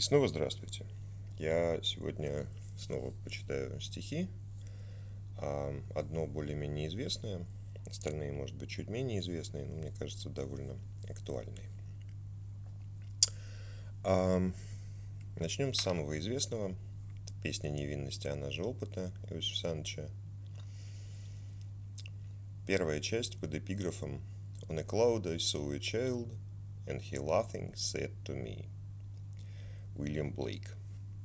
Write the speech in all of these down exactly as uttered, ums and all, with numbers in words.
Снова здравствуйте. Я сегодня снова почитаю стихи. а, Одно более-менее известное, остальные, может быть, чуть менее известные, но мне кажется, довольно актуальные. А, Начнем с самого известного. Это песня «Невинности, она же опыта» Иосифа Саныча. Первая часть под эпиграфом «On a cloud I saw a child, and he laughing said to me». Уильям Блейк.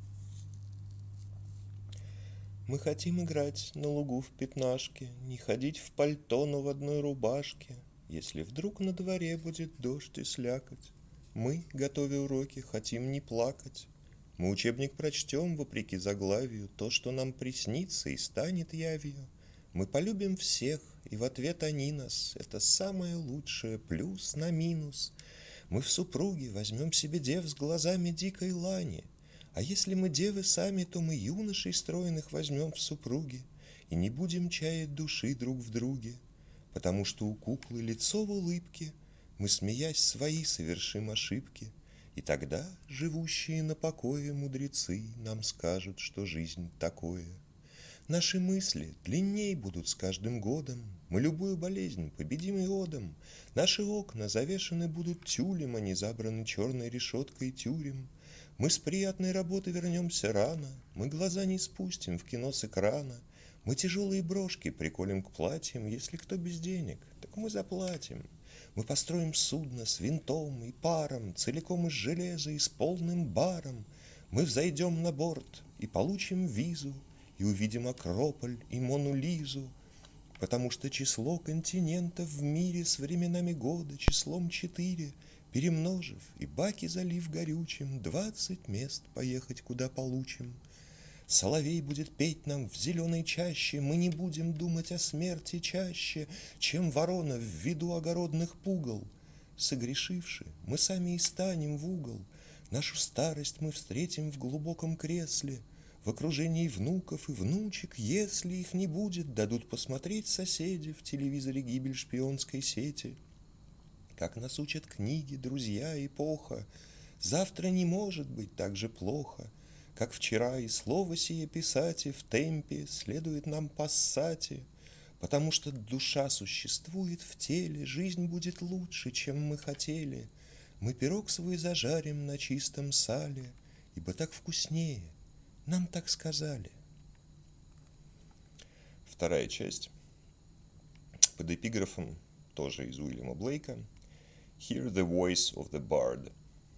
Мы хотим играть на лугу в пятнашке, не ходить в пальто, но в одной рубашке. Если вдруг на дворе будет дождь и слякоть, мы, готовя уроки, хотим не плакать. Мы учебник прочтем, вопреки заглавию, то, что нам приснится и станет явью. Мы полюбим всех, и в ответ они нас. Это самое лучшее, плюс на минус. Мы в супруге возьмем себе дев с глазами дикой лани. А если мы девы сами, то мы юношей стройных возьмем в супруги и не будем чаять души друг в друге, потому что у куклы лицо в улыбке, мы, смеясь, свои совершим ошибки, и тогда живущие на покое мудрецы нам скажут, что жизнь такое. Наши мысли длинней будут с каждым годом, мы любую болезнь победим иодом, наши окна завешаны будут тюлем, а не забраны черной решеткой тюрем. Мы с приятной работы вернемся рано, мы глаза не спустим в кино с экрана, мы тяжелые брошки приколем к платьям, если кто без денег, так мы заплатим. Мы построим судно с винтом и паром, целиком из железа и с полным баром. Мы взойдем на борт и получим визу, и увидим Акрополь и Мону Лизу, потому что число континентов в мире с временами года числом четыре, перемножив и баки залив горючим, двадцать мест поехать куда получим. Соловей будет петь нам в зеленой чаще, мы не будем думать о смерти чаще, чем ворона в виду огородных пугал. Согрешивши, мы сами и станем в угол, нашу старость мы встретим в глубоком кресле, в окружении внуков и внучек, если их не будет, дадут посмотреть соседи в телевизоре гибель шпионской сети. Как нас учат книги, друзья, эпоха, завтра не может быть так же плохо, как вчера, и слово сие писати в темпе следует нам пассати, потому что душа существует в теле, жизнь будет лучше, чем мы хотели. Мы пирог свой зажарим на чистом сале, ибо так вкуснее, нам так сказали. Вторая часть под эпиграфом, тоже из Уильяма Блейка. Hear the voice of the bard.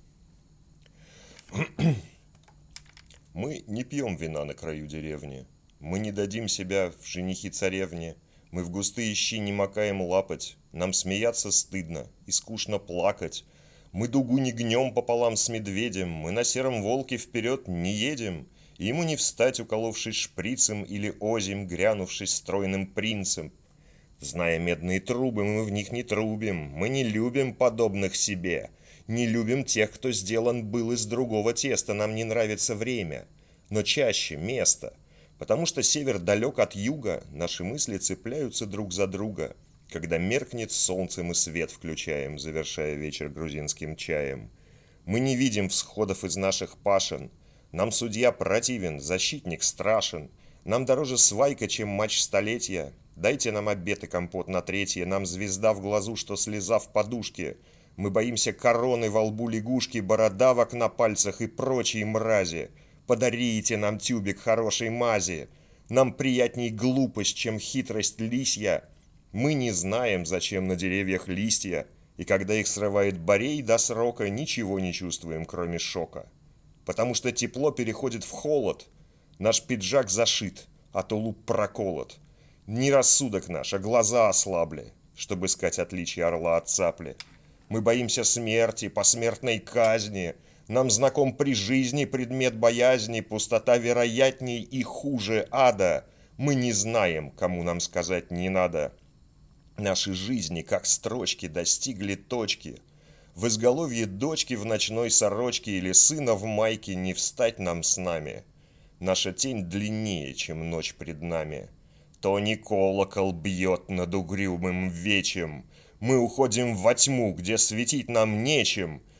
Мы не пьем вина на краю деревни, мы не дадим себя в женихи царевне, мы в густые щи не макаем лапоть, нам смеяться стыдно и скучно плакать. Мы дугу не гнем пополам с медведем, мы на сером волке вперед не едем, и ему не встать, уколовшись шприцем, или озим, грянувшись стройным принцем. Зная медные трубы, мы в них не трубим, мы не любим подобных себе, не любим тех, кто сделан был из другого теста, нам не нравится время, но чаще место, потому что север далек от юга, наши мысли цепляются друг за друга, когда меркнет солнце, мы свет включаем, завершая вечер грузинским чаем. Мы не видим всходов из наших пашен, нам судья противен, защитник страшен, нам дороже свайка, чем матч столетия. Дайте нам обед и компот на третье, нам звезда в глазу, что слеза в подушке. Мы боимся короны во лбу лягушки, бородавок на пальцах и прочие мрази. Подарите нам тюбик хорошей мази. Нам приятней глупость, чем хитрость лисья. Мы не знаем, зачем на деревьях листья, и когда их срывает борей до срока, ничего не чувствуем, кроме шока. Потому что тепло переходит в холод. Наш пиджак зашит, а тулуп проколот. Не рассудок наш, а глаза ослабли, чтобы искать отличие орла от цапли. Мы боимся смерти, посмертной казни. Нам знаком при жизни предмет боязни, пустота вероятней и хуже ада. Мы не знаем, кому нам сказать не надо. Наши жизни, как строчки, достигли точки. В изголовье дочки в ночной сорочке или сына в майке не встать нам с нами. Наша тень длиннее, чем ночь пред нами. То не колокол бьет над угрюмым вечем. Мы уходим во тьму, где светить нам нечем.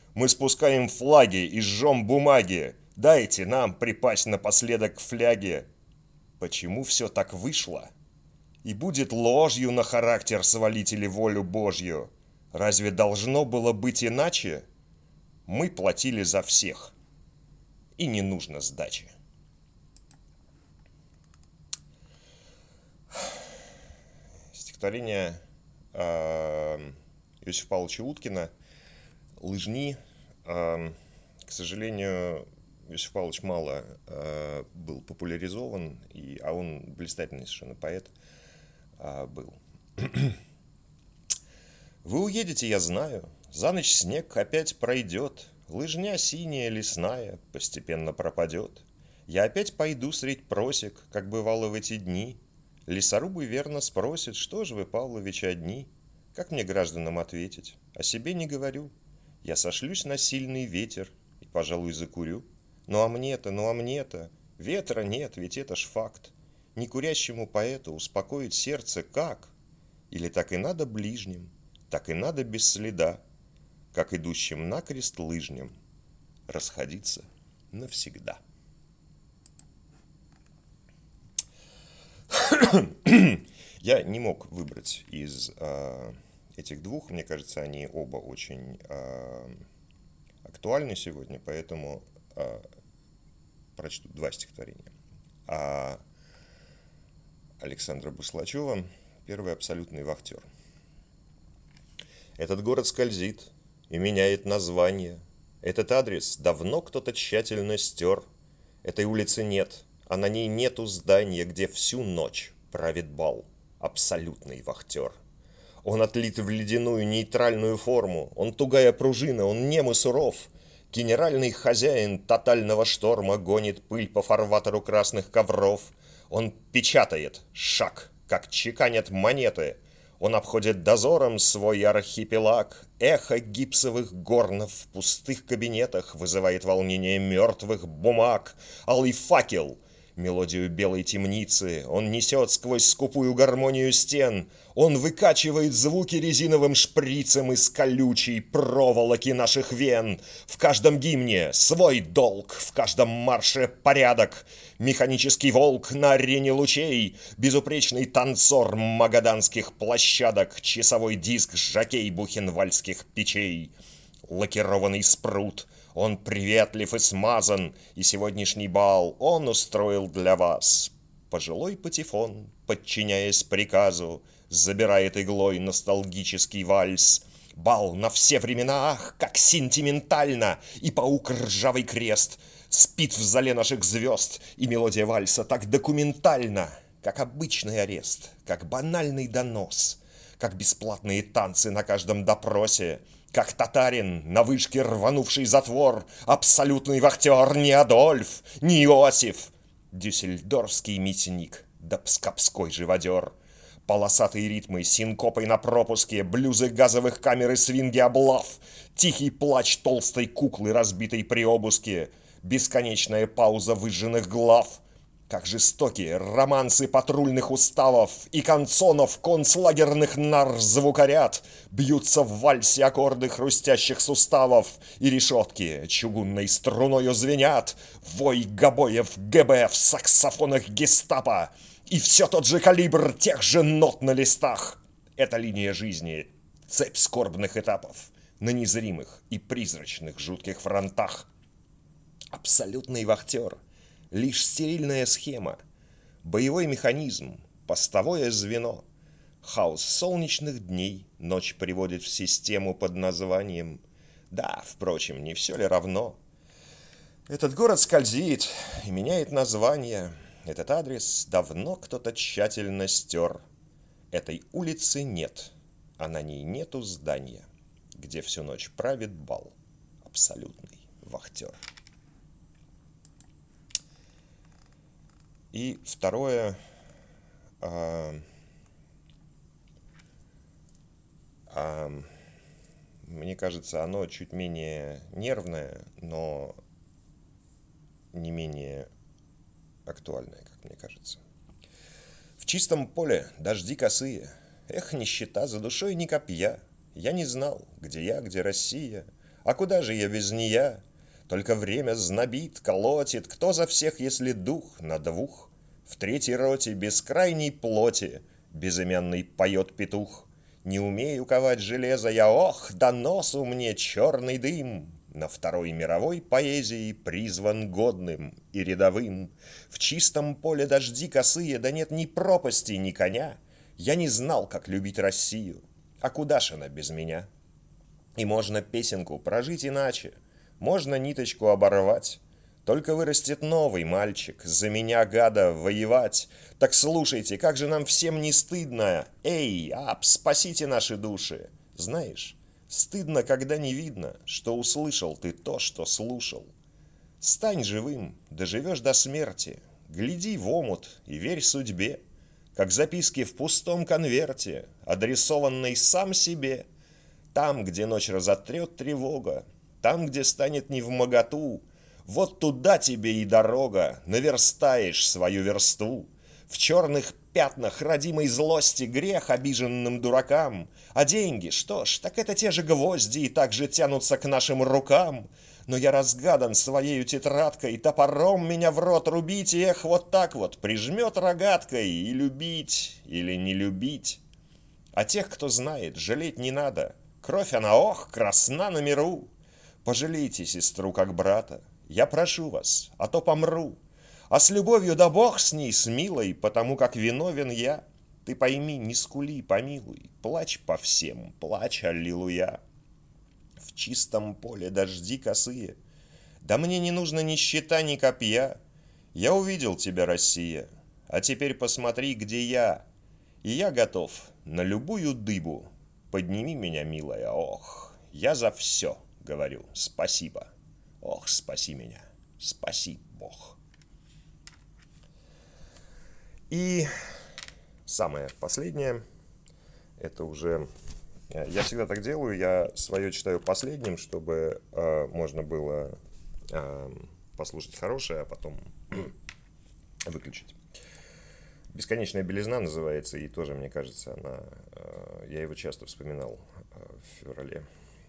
Мы спускаем флаги и жжем бумаги. Дайте нам припасть напоследок к фляге. Почему все так вышло? И будет ложью на характер свалить или волю Божью. Разве должно было быть иначе? Мы платили за всех. И не нужно сдачи. Стихотворение э, Иосифа Павловича Уткина «Лыжни». Э, к сожалению, Иосиф Павлович мало э, был популяризован, и, а он блистательный совершенно поэт э, был. Вы уедете, я знаю, за ночь снег опять пройдет, лыжня синяя лесная постепенно пропадет. Я опять пойду средь просек, как бывало в эти дни. Лесорубы верно спросят, что ж вы, Павлович, одни? Как мне гражданам ответить? О себе не говорю. Я сошлюсь на сильный ветер и, пожалуй, закурю. Ну а мне-то, ну а мне-то, ветра нет, ведь это ж факт. Некурящему поэту успокоить сердце как? Или так и надо ближним, так и надо без следа, как идущим накрест лыжням расходиться навсегда. Я не мог выбрать из э, этих двух, мне кажется, они оба очень э, актуальны сегодня, поэтому э, прочту два стихотворения. А Александра Буслачева, первый абсолютный вахтер. Этот город скользит и меняет название. Этот адрес давно кто-то тщательно стер. Этой улицы нет, а на ней нету здания, где всю ночь правит бал абсолютный вахтер. Он отлит в ледяную нейтральную форму, он тугая пружина, он нем и суров. Генеральный хозяин тотального шторма гонит пыль по фарватеру красных ковров. Он печатает шаг, как чеканят монеты. Он обходит дозором свой архипелаг. Эхо гипсовых горнов в пустых кабинетах вызывает волнение мертвых бумаг. Алый факел, мелодию белой темницы, он несет сквозь скупую гармонию стен. Он выкачивает звуки резиновым шприцем из колючей проволоки наших вен. В каждом гимне свой долг, в каждом марше порядок. Механический волк на арене лучей, безупречный танцор магаданских площадок, часовой диск жокей бухенвальдских печей. Лакированный спрут, он приветлив и смазан, и сегодняшний бал он устроил для вас. Пожилой патефон, подчиняясь приказу, забирает иглой ностальгический вальс. Бал на все времена, ах, как сентиментально, и паук ржавый крест спит в зале наших звезд, и мелодия вальса так документальна, как обычный арест, как банальный донос, как бесплатные танцы на каждом допросе, как татарин, на вышке рванувший затвор, абсолютный вахтер, не Адольф, не Иосиф, дюссельдорфский мясник, да пскапской живодер. Полосатые ритмы, синкопой на пропуске, блюзы газовых камер и свинги облав, тихий плач толстой куклы, разбитой при обыске, бесконечная пауза выжженных глав. Как жестокие романсы патрульных уставов и канцонов концлагерных нарзвукоряд бьются в вальсе аккорды хрустящих суставов, и решетки чугунной струною звенят, вой гобоев ГБ в саксофонах гестапо, и все тот же калибр тех же нот на листах. Это линия жизни, цепь скорбных этапов на незримых и призрачных жутких фронтах. Абсолютный вахтер — лишь стерильная схема, боевой механизм, постовое звено. Хаос солнечных дней ночь приводит в систему под названием. Да, впрочем, не все ли равно? Этот город скользит и меняет название. Этот адрес давно кто-то тщательно стер. Этой улицы нет, а на ней нету здания, где всю ночь правит бал абсолютный вахтер. И второе, э, э, мне кажется, оно чуть менее нервное, но не менее актуальное, как мне кажется. В чистом поле дожди косые, эх, нищета, за душой ни копья. Я не знал, где я, где Россия. А куда же я без нея? Только время знобит, колотит, кто за всех, если дух на двух? В третьей роте бескрайней плоти безымянный поет петух. Не умею ковать железо я, ох, да носу мне черный дым. На второй мировой поэзии призван годным и рядовым. В чистом поле дожди косые, да нет ни пропасти, ни коня. Я не знал, как любить Россию, а куда ж она без меня? И можно песенку прожить иначе, можно ниточку оборвать. Только вырастет новый мальчик, за меня, гада, воевать. Так слушайте, как же нам всем не стыдно. Эй, ап, спасите наши души. Знаешь, стыдно, когда не видно, что услышал ты то, что слушал. Стань живым, доживешь до смерти. Гляди в омут и верь судьбе, как записки в пустом конверте, адресованной сам себе. Там, где ночь разотрет тревога, там, где станет невмоготу, вот туда тебе и дорога, наверстаешь свою версту. В черных пятнах родимой злости грех обиженным дуракам. А деньги, что ж, так это те же гвозди и так же тянутся к нашим рукам. Но я разгадан своею тетрадкой, топором меня в рот рубить, и эх, вот так вот прижмет рогаткой, и любить или не любить. А тех, кто знает, жалеть не надо. Кровь она, ох, красна на миру. Пожалейте сестру как брата, я прошу вас, а то помру. А с любовью да бог с ней, с милой, потому как виновен я. Ты пойми, не скули, помилуй, плачь по всем, плачь, аллилуйя. В чистом поле дожди косые, да мне не нужно ни щита, ни копья. Я увидел тебя, Россия, а теперь посмотри, где я. И я готов на любую дыбу. Подними меня, милая, ох, я за все говорю спасибо. Ох, спаси меня, спаси Бог. И самое последнее, это уже, я всегда так делаю, я свое читаю последним, чтобы э, можно было э, послушать хорошее, а потом выключить. «Бесконечная белизна» называется, и тоже, мне кажется, она, э, я его часто вспоминал э, в феврале.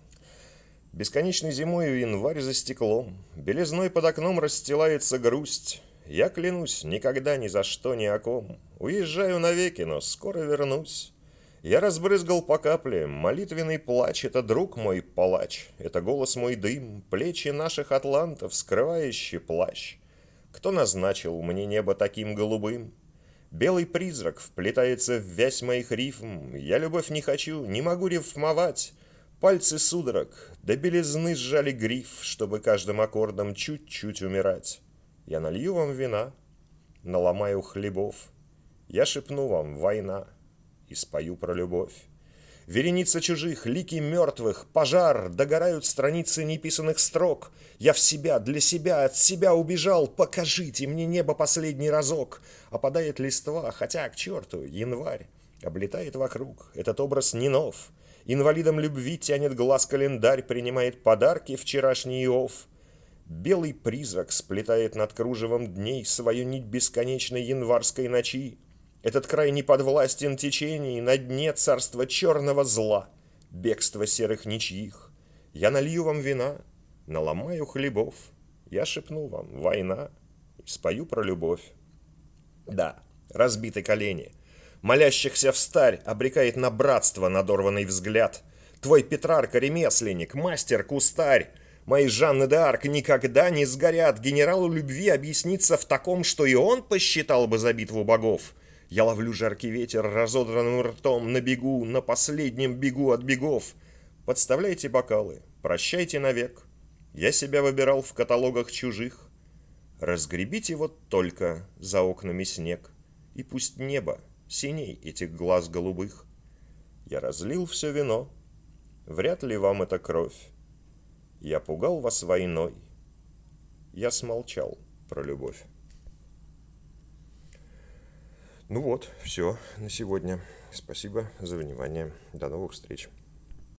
Бесконечной зимою январь за стеклом, белизной под окном расстилается грусть. Я клянусь, никогда ни за что ни о ком, уезжаю навеки, но скоро вернусь. Я разбрызгал по капле молитвенный плач, это друг мой палач, это голос мой дым, плечи наших атлантов, скрывающий плащ. Кто назначил мне небо таким голубым? Белый призрак вплетается в вязь моих рифм, я любовь не хочу, не могу рифмовать. Пальцы судорог до белизны сжали гриф, чтобы каждым аккордом чуть-чуть умирать. Я налью вам вина, наломаю хлебов, я шепну вам «война» и спою про любовь. Вереница чужих, лики мертвых, пожар, догорают страницы неписанных строк. Я в себя, для себя, от себя убежал, покажите мне небо последний разок. Опадает листва, хотя, к черту, январь облетает вокруг, этот образ не нов. Инвалидом любви тянет глаз календарь, принимает подарки вчерашний Иов. Белый призрак сплетает над кружевом дней свою нить бесконечной январской ночи. Этот край не подвластен течений, на дне царства черного зла, бегство серых ничьих. Я налью вам вина, наломаю хлебов, я шепну вам «война» и спою про любовь. Да, разбиты колени, молящихся встарь обрекает на братство надорванный взгляд. Твой Петрарка-ремесленник, мастер-кустарь, мои Жанны д'Арк никогда не сгорят. Генералу любви объяснится в таком, что и он посчитал бы за битву богов. Я ловлю жаркий ветер разодранным ртом на бегу, на последнем бегу от бегов. Подставляйте бокалы, прощайте навек. Я себя выбирал в каталогах чужих. Разгребите вот только за окнами снег, и пусть небо синей этих глаз голубых. Я разлил все вино, вряд ли вам это кровь. Я пугал вас войной, я смолчал про любовь. Ну вот, все на сегодня. Спасибо за внимание. До новых встреч.